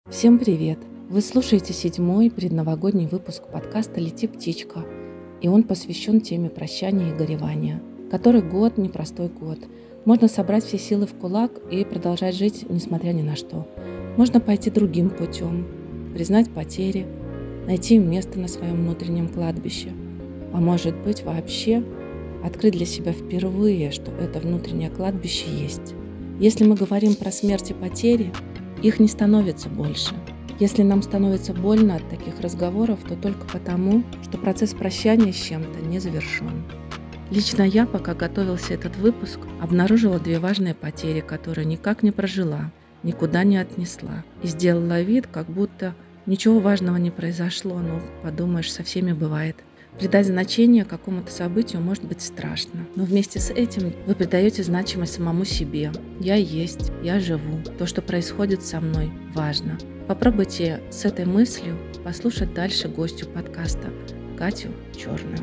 Всем привет! Вы слушаете 7-й предновогодний выпуск подкаста «Лети, птичка», и он посвящен теме прощания и горевания. Который год – непростой год. Можно собрать все силы в кулак и продолжать жить, несмотря ни на что. Можно пойти другим путем, признать потери, найти им место на своем внутреннем кладбище. А может быть, вообще открыть для себя впервые, что это внутреннее кладбище есть. Если мы говорим про смерть и потери, их не становится больше. Если нам становится больно от таких разговоров, то только потому, что процесс прощания с чем-то не завершен. Лично я, пока готовился этот выпуск, обнаружила 2 важные потери, которые никак не прожила, никуда не отнесла. И сделала вид, как будто ничего важного не произошло, но, подумаешь, со всеми бывает. Придать значение какому-то событию может быть страшно, но вместе с этим вы придаете значимость самому себе. Я есть, я живу. То, что происходит со мной, важно. Попробуйте с этой мыслью послушать дальше гостью подкаста, Катю Черную.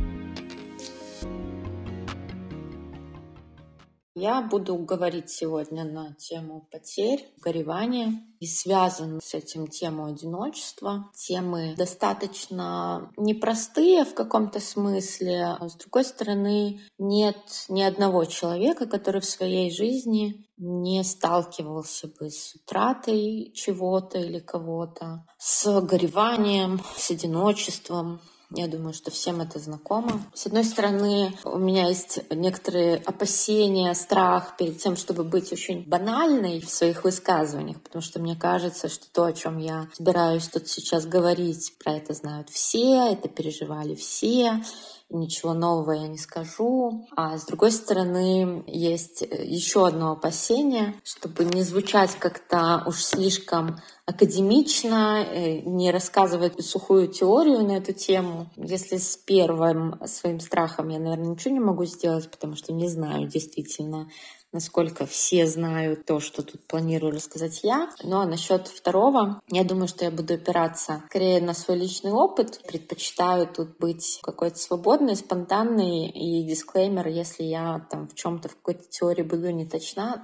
Я буду говорить сегодня на тему потерь, горевания и связанную с этим тему одиночества. Темы достаточно непростые в каком-то смысле. А с другой стороны, нет ни одного человека, который в своей жизни не сталкивался бы с утратой чего-то или кого-то, с гореванием, с одиночеством. Я думаю, что всем это знакомо. С одной стороны, у меня есть некоторые опасения, страх перед тем, чтобы быть очень банальной в своих высказываниях, потому что мне кажется, что то, о чем я собираюсь тут сейчас говорить, про это знают все, это переживали все. Ничего нового я не скажу. А с другой стороны, есть еще одно опасение, чтобы не звучать как-то уж слишком академично, не рассказывать сухую теорию на эту тему. Если с первым своим страхом я, наверное, ничего не могу сделать, потому что не знаю действительно, насколько все знают то, что тут планирую рассказать я. Ну а насчет второго, я думаю, что я буду опираться скорее на свой личный опыт. Предпочитаю тут быть какой-то свободной, спонтанной. И дисклеймер, если я там в чем-то, в какой-то теории буду не точна,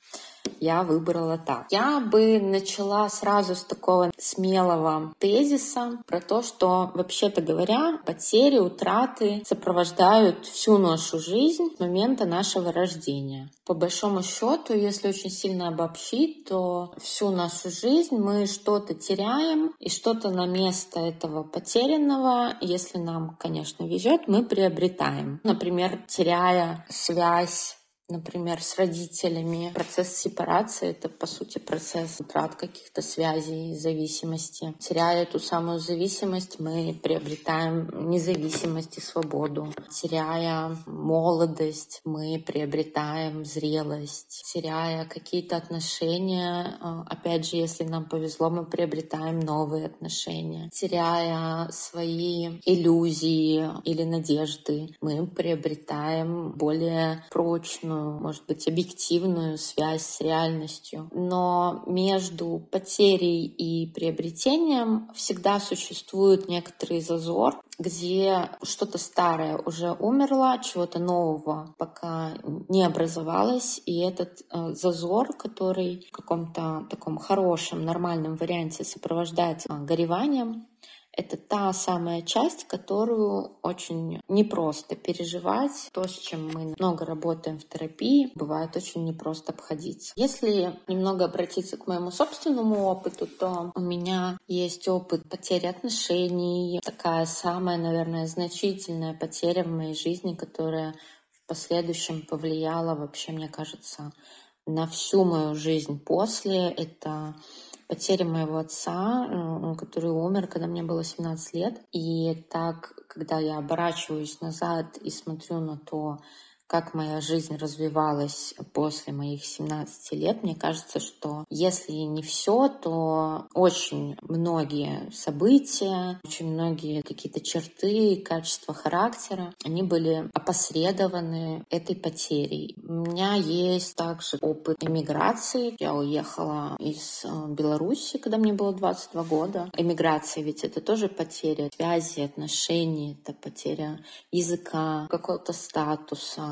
я выбрала так. Я бы начала сразу с такого смелого тезиса про то, что, вообще-то говоря, потери, утраты сопровождают всю нашу жизнь с момента нашего рождения. По большому счету, если очень сильно обобщить, то всю нашу жизнь мы что-то теряем, и что-то на место этого потерянного, если нам, конечно, везет, мы приобретаем. Например, теряя связь, например, с родителями. Процесс сепарации — это, по сути, процесс утрат каких-то связей, зависимости. Теряя эту самую зависимость, мы приобретаем независимость и свободу. Теряя молодость, мы приобретаем зрелость. Теряя какие-то отношения, опять же, если нам повезло, мы приобретаем новые отношения. Теряя свои иллюзии или надежды, мы приобретаем более прочную, может быть, объективную связь с реальностью. Но между потерей и приобретением всегда существует некоторый зазор, где что-то старое уже умерло, чего-то нового пока не образовалось, и этот зазор, который в каком-то таком хорошем, нормальном варианте сопровождается гореванием, это та самая часть, которую очень непросто переживать. То, с чем мы много работаем в терапии, бывает очень непросто обходиться. Если немного обратиться к моему собственному опыту, то у меня есть опыт потери отношений. Такая самая, наверное, значительная потеря в моей жизни, которая в последующем повлияла вообще, мне кажется, на всю мою жизнь после. Это потеря моего отца, который умер, когда мне было 17 лет. И так, когда я оборачиваюсь назад и смотрю на то, как моя жизнь развивалась после моих 17 лет, мне кажется, что если не все, то очень многие события, очень многие какие-то черты, качества характера, они были опосредованы этой потерей. У меня есть также опыт эмиграции. Я уехала из Беларуси, когда мне было 22 года. Эмиграция ведь это тоже потеря связи, отношений, это потеря языка, какого-то статуса,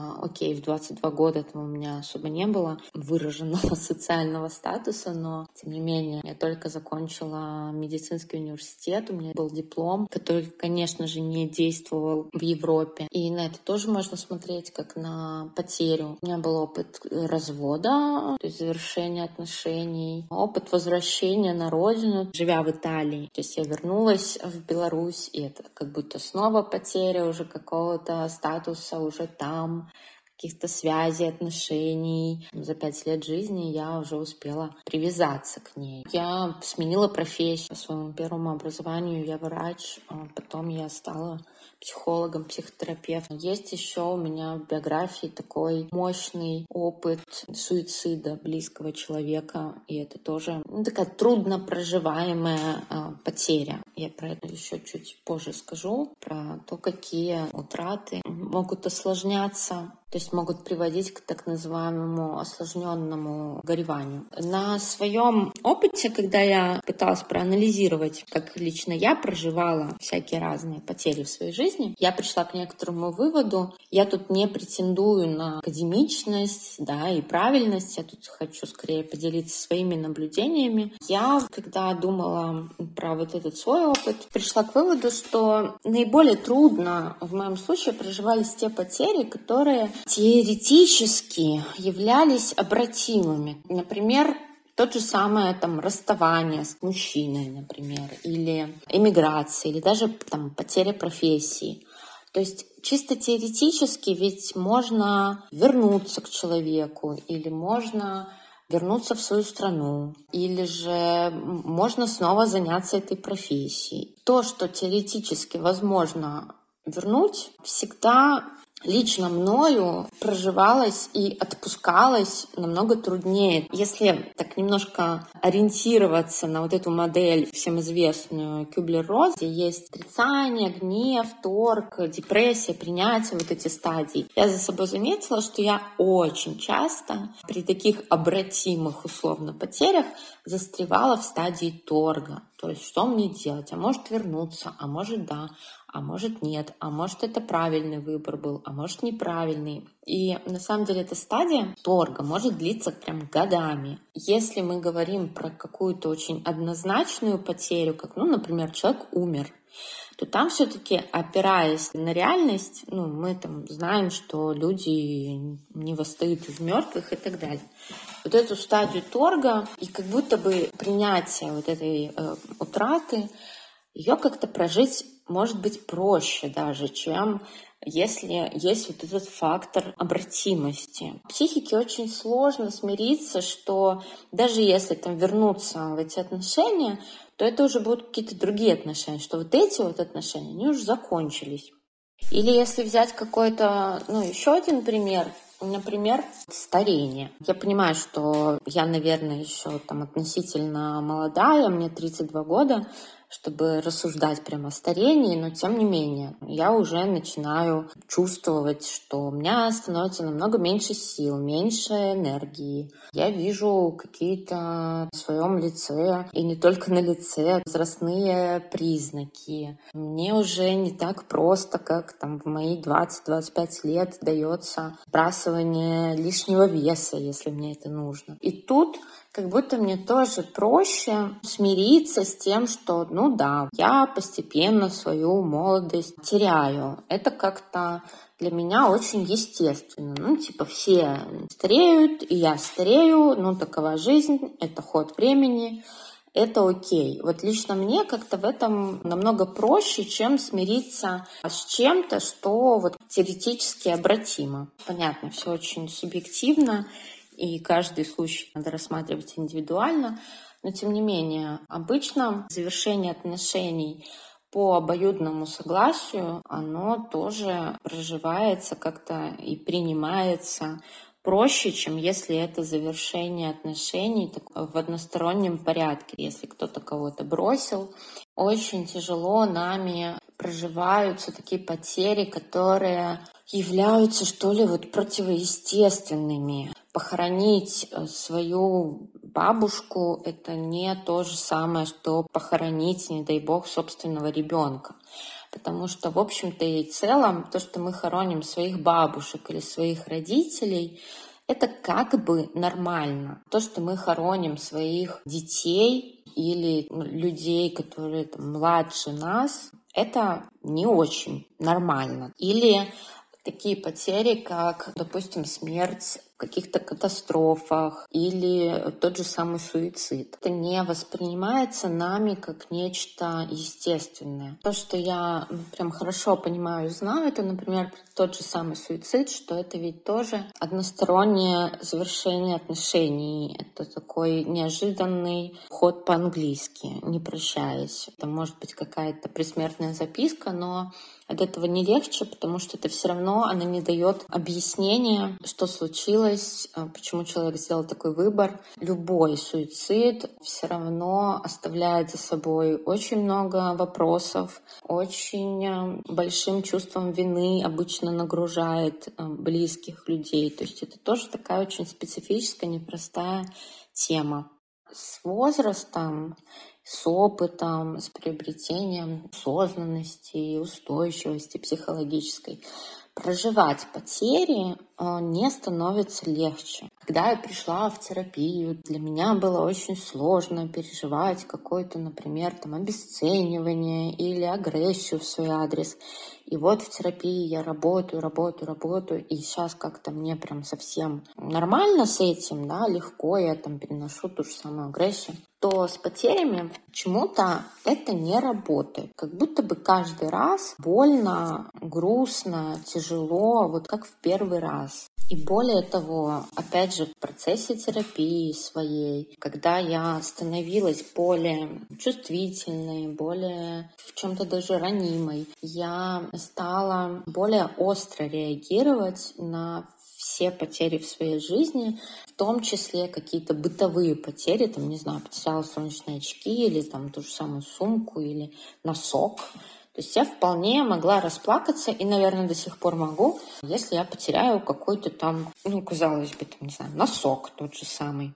окей, в 22 года там у меня особо не было выраженного социального статуса, но тем не менее я только закончила медицинский университет, у меня был диплом, который, конечно же, не действовал в Европе. И на это тоже можно смотреть как на потерю. У меня был опыт развода, то есть завершения отношений, опыт возвращения на родину, живя в Италии. То есть я вернулась в Беларусь, и это как будто снова потеря уже какого-то статуса уже там, каких-то связей, отношений. За 5 лет жизни я уже успела привязаться к ней. Я сменила профессию. По своему первому образованию я врач, а потом я стала психологом, психотерапевтом. Есть еще у меня в биографии такой мощный опыт суицида близкого человека, и это тоже такая трудно проживаемая потеря. Я про это еще чуть позже скажу, про то, какие утраты могут осложняться, то есть могут приводить к так называемому осложненному гореванию. На своем опыте, когда я пыталась проанализировать, как лично я проживала всякие разные потери в своей жизни, я пришла к некоторому выводу. Я тут не претендую на академичность, да, и правильность. Я тут хочу скорее поделиться своими наблюдениями. Я, когда думала про вот этот свой опыт, пришла к выводу, что наиболее трудно в моем случае проживались те потери, которые теоретически являлись обратимыми. Например, тот же самое там расставание с мужчиной, например, или эмиграция, или даже там потеря профессии. То есть чисто теоретически ведь можно вернуться к человеку, или можно вернуться в свою страну, или же можно снова заняться этой профессией. То, что теоретически возможно вернуть, всегда лично мною проживалось и отпускалось намного труднее. Если так немножко ориентироваться на вот эту модель, всем известную Кюблер-Росс, где есть отрицание, гнев, торг, депрессия, принятие, вот эти стадии, я за собой заметила, что я очень часто при таких обратимых условно потерях застревала в стадии торга. То есть что мне делать? А может вернуться, а может да, а может нет, а может это правильный выбор был, а может неправильный. И на самом деле эта стадия торга может длиться прям годами. Если мы говорим про какую-то очень однозначную потерю, как, например, человек умер, то там все-таки, опираясь на реальность, мы там знаем, что люди не восстают из мертвых и так далее. Вот эту стадию торга и как будто бы принятие вот этой утраты, ее как-то прожить может быть проще даже, чем если есть вот этот фактор обратимости. Психике очень сложно смириться, что даже если там вернуться в эти отношения, то это уже будут какие-то другие отношения, что вот эти вот отношения, они уже закончились. Или если взять какой-то, еще один пример, например, старение. Я понимаю, что я, наверное, еще там относительно молодая, мне 32 года, чтобы рассуждать прямо о старении, но тем не менее я уже начинаю чувствовать, что у меня становится намного меньше сил, меньше энергии. Я вижу какие-то в своем лице, и не только на лице, возрастные признаки. Мне уже не так просто, как там в мои 20-25 лет дается сбрасывание лишнего веса, если мне это нужно. И тут как будто мне тоже проще смириться с тем, что, я постепенно свою молодость теряю. Это как-то для меня очень естественно. Все стареют, и я старею, такова жизнь, это ход времени, это окей. Вот лично мне как-то в этом намного проще, чем смириться с чем-то, что вот теоретически обратимо. Понятно, все очень субъективно, и каждый случай надо рассматривать индивидуально, но тем не менее, обычно завершение отношений по обоюдному согласию, оно тоже проживается как-то и принимается проще, чем если это завершение отношений в одностороннем порядке. Если кто-то кого-то бросил, очень тяжело нами проживаются такие потери, которые являются, что ли, противоестественными. Похоронить свою бабушку — это не то же самое, что похоронить, не дай бог, собственного ребенка. Потому что, в общем-то и целом, то, что мы хороним своих бабушек или своих родителей, это как бы нормально. То, что мы хороним своих детей или людей, которые там младше нас, это не очень нормально. Или такие потери, как, допустим, смерть в каких-то катастрофах или тот же самый суицид. Это не воспринимается нами как нечто естественное. То, что я прям хорошо понимаю и знаю, это, например, тот же самый суицид, что это ведь тоже одностороннее завершение отношений. Это такой неожиданный ход по-английски, не прощаясь. Это может быть какая-то предсмертная записка, но от этого не легче, потому что это все равно она не дает объяснения, что случилось, почему человек сделал такой выбор. Любой суицид все равно оставляет за собой очень много вопросов, очень большим чувством вины обычно нагружает близких людей. То есть это тоже такая очень специфическая, непростая тема. С возрастом, с опытом, с приобретением осознанности и устойчивости психологической проживать потери не становится легче. Когда я пришла в терапию, для меня было очень сложно переживать какое-то, например, обесценивание или агрессию в свой адрес. И вот в терапии я работаю, и сейчас как-то мне прям совсем нормально с этим, да, легко я переношу ту же самую агрессию. То с потерями почему-то это не работает. Как будто бы каждый раз больно, грустно, тяжело, вот как в первый раз. И более того, опять же, в процессе терапии своей, когда я становилась более чувствительной, более в чем-то даже ранимой, я стала более остро реагировать на все потери в своей жизни, в том числе какие-то бытовые потери, не знаю, потеряла солнечные очки или ту же самую сумку или носок. То есть я вполне могла расплакаться и, наверное, до сих пор могу, если я потеряю какой-то казалось бы, не знаю, носок тот же самый.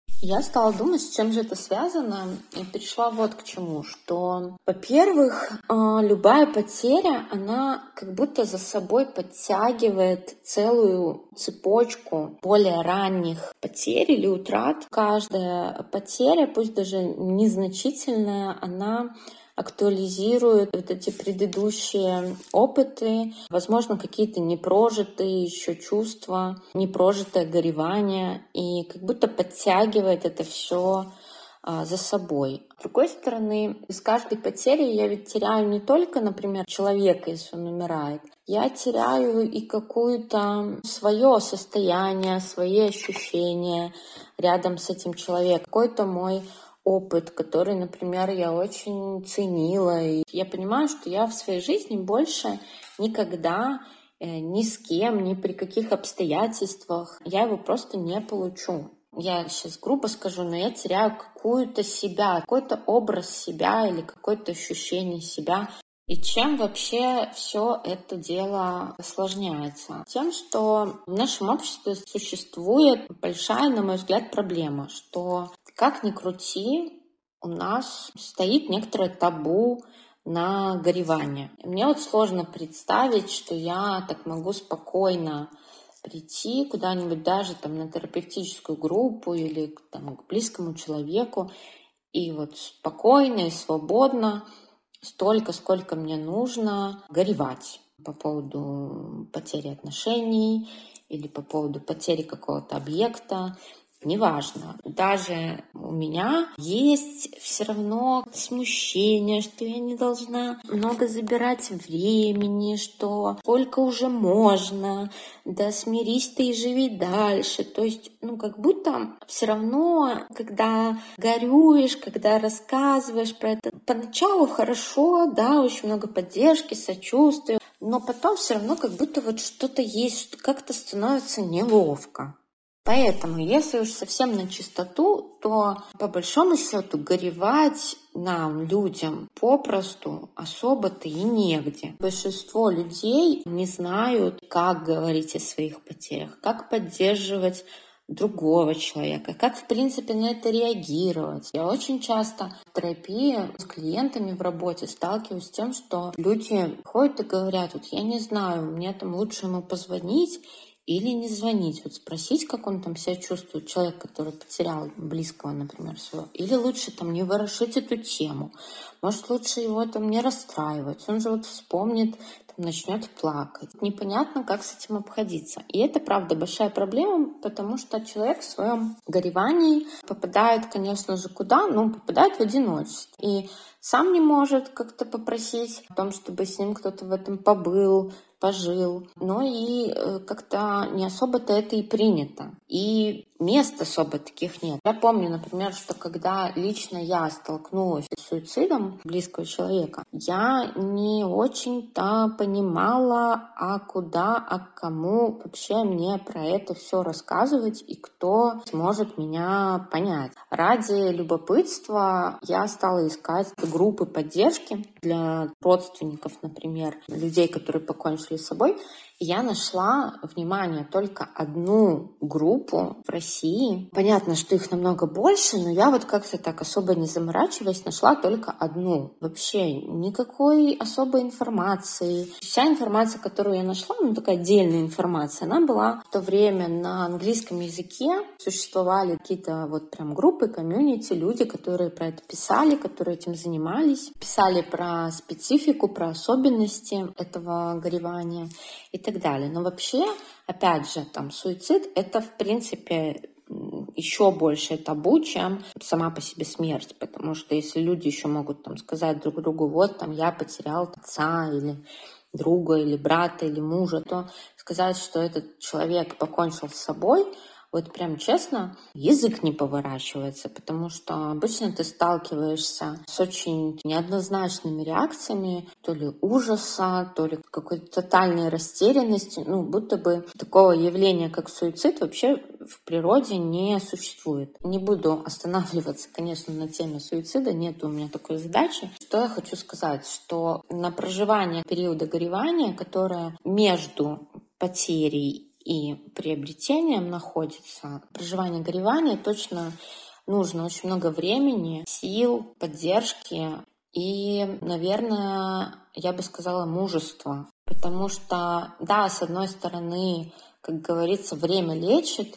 Я стала думать, с чем же это связано, и пришла вот к чему, что, во-первых, любая потеря, она как будто за собой подтягивает целую цепочку более ранних потерь или утрат. Каждая потеря, пусть даже незначительная, она актуализирует вот эти предыдущие опыты, возможно, какие-то непрожитые еще чувства, непрожитое горевание, и как будто подтягивает это все за собой. С другой стороны, из каждой потери я ведь теряю не только, например, человека, если он умирает, я теряю и какое-то свое состояние, свои ощущения рядом с этим человеком, какой-то мой опыт, который, например, я очень ценила. И я понимаю, что я в своей жизни больше никогда ни с кем, ни при каких обстоятельствах я его просто не получу. Я сейчас грубо скажу, но я теряю какую-то себя, какой-то образ себя или какое-то ощущение себя. И чем вообще все это дело осложняется? Тем, что в нашем обществе существует большая, на мой взгляд, проблема, что как ни крути, у нас стоит некоторое табу на горевание. Мне вот сложно представить, что я так могу спокойно прийти куда-нибудь даже на терапевтическую группу или к близкому человеку и вот спокойно и свободно столько, сколько мне нужно, горевать по поводу потери отношений или по поводу потери какого-то объекта. Неважно. Даже у меня есть все равно смущение, что я не должна много забирать времени, что сколько уже можно, да смирись ты и живи дальше. То есть, как будто все равно, когда горюешь, когда рассказываешь про это, поначалу хорошо, да, очень много поддержки, сочувствия, но потом все равно как будто вот что-то есть, что как-то становится неловко. Поэтому, если уж совсем на чистоту, то по большому счету горевать нам, людям, попросту особо-то и негде. Большинство людей не знают, как говорить о своих потерях, как поддерживать другого человека, как, в принципе, на это реагировать. Я очень часто в терапии с клиентами в работе сталкиваюсь с тем, что люди ходят и говорят, вот я не знаю, мне там лучше ему позвонить или не звонить, вот спросить, как он там себя чувствует, человек, который потерял близкого, например, своего, или лучше там не ворошить эту тему, может, лучше его там не расстраивать, он же вот вспомнит, там, начнет плакать. Непонятно, как с этим обходиться. И это, правда, большая проблема, потому что человек в своем горевании попадает, конечно же, куда? Ну, попадает в одиночество. И сам не может как-то попросить о том, чтобы с ним кто-то в этом побыл, пожил, но и как-то не особо-то это и принято. И мест особо таких нет. Я помню, например, что когда лично я столкнулась с суицидом близкого человека, я не очень-то понимала, а куда, а кому вообще мне про это все рассказывать и кто сможет меня понять. Ради любопытства я стала искать группы поддержки для родственников, например, людей, которые покончили с собой. И я нашла, внимание, только одну группу в России. Понятно, что их намного больше, но я вот как-то так особо не заморачиваясь, нашла только одну. Вообще никакой особой информации. Вся информация, которую я нашла, ну такая отдельная информация, она была в то время на английском языке. Существовали какие-то вот прям группы, комьюнити, люди, которые про это писали, которые этим занимались. Писали про специфику, про особенности этого горевания и так далее. Но вообще, опять же, там суицид — это, в принципе, еще больше табу, чем сама по себе смерть. Потому что если люди еще могут там сказать друг другу, вот там я потерял отца или друга, или брата, или мужа, то сказать, что этот человек покончил с собой, вот прям честно, язык не поворачивается, потому что обычно ты сталкиваешься с очень неоднозначными реакциями, то ли ужаса, то ли какой-то тотальной растерянности, ну, будто бы такого явления, как суицид, вообще в природе не существует. Не буду останавливаться, конечно, на теме суицида, нет у меня такой задачи. Что я хочу сказать, что на проживание периода горевания, которое между потерей и приобретением находится, проживание горевания точно нужно очень много времени, сил, поддержки и, наверное, я бы сказала, мужества. Потому что, да, с одной стороны, как говорится, время лечит,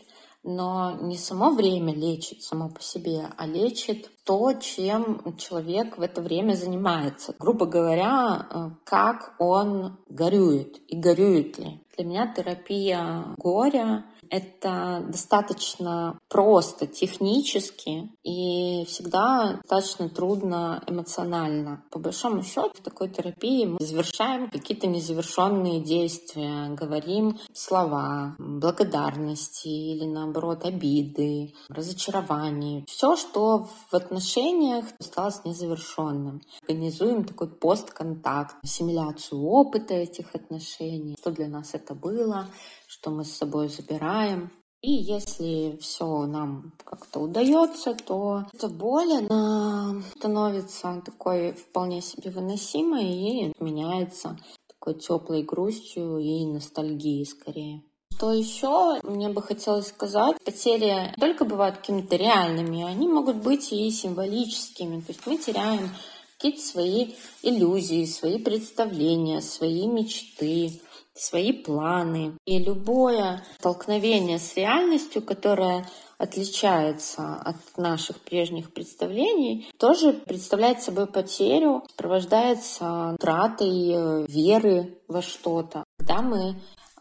но не само время лечит само по себе, а лечит то, чем человек в это время занимается. Грубо говоря, как он горюет и горюет ли. Для меня терапия горя — это достаточно просто технически и всегда достаточно трудно эмоционально. По большому счету, в такой терапии мы завершаем какие-то незавершенные действия, говорим слова благодарности или, наоборот, обиды, разочарования. Все, что в отношениях осталось незавершенным. Организуем такой постконтакт, ассимиляцию опыта этих отношений, что для нас это было, что мы с собой забираем. И если все нам как-то удается, то эта боль, она становится такой вполне себе выносимой и меняется такой теплой грустью и ностальгией скорее. Что еще мне бы хотелось сказать, потери не только бывают какими-то реальными, они могут быть и символическими. То есть мы теряем какие-то свои иллюзии, свои представления, свои мечты, свои планы. И любое столкновение с реальностью, которое отличается от наших прежних представлений, тоже представляет собой потерю, сопровождается утратой веры во что-то. Когда мы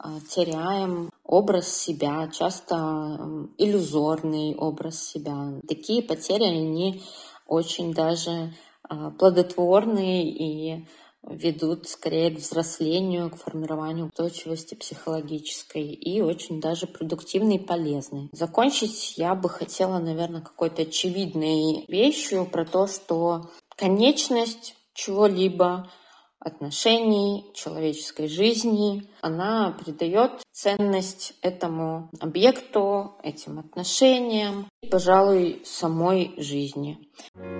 теряем образ себя, часто иллюзорный образ себя. Такие потери, они очень даже плодотворные и ведут скорее к взрослению, к формированию устойчивости психологической и очень даже продуктивной и полезной. Закончить я бы хотела, наверное, какой-то очевидной вещью про то, что конечность чего-либо, отношений, человеческой жизни, она придает ценность этому объекту, этим отношениям и, пожалуй, самой жизни.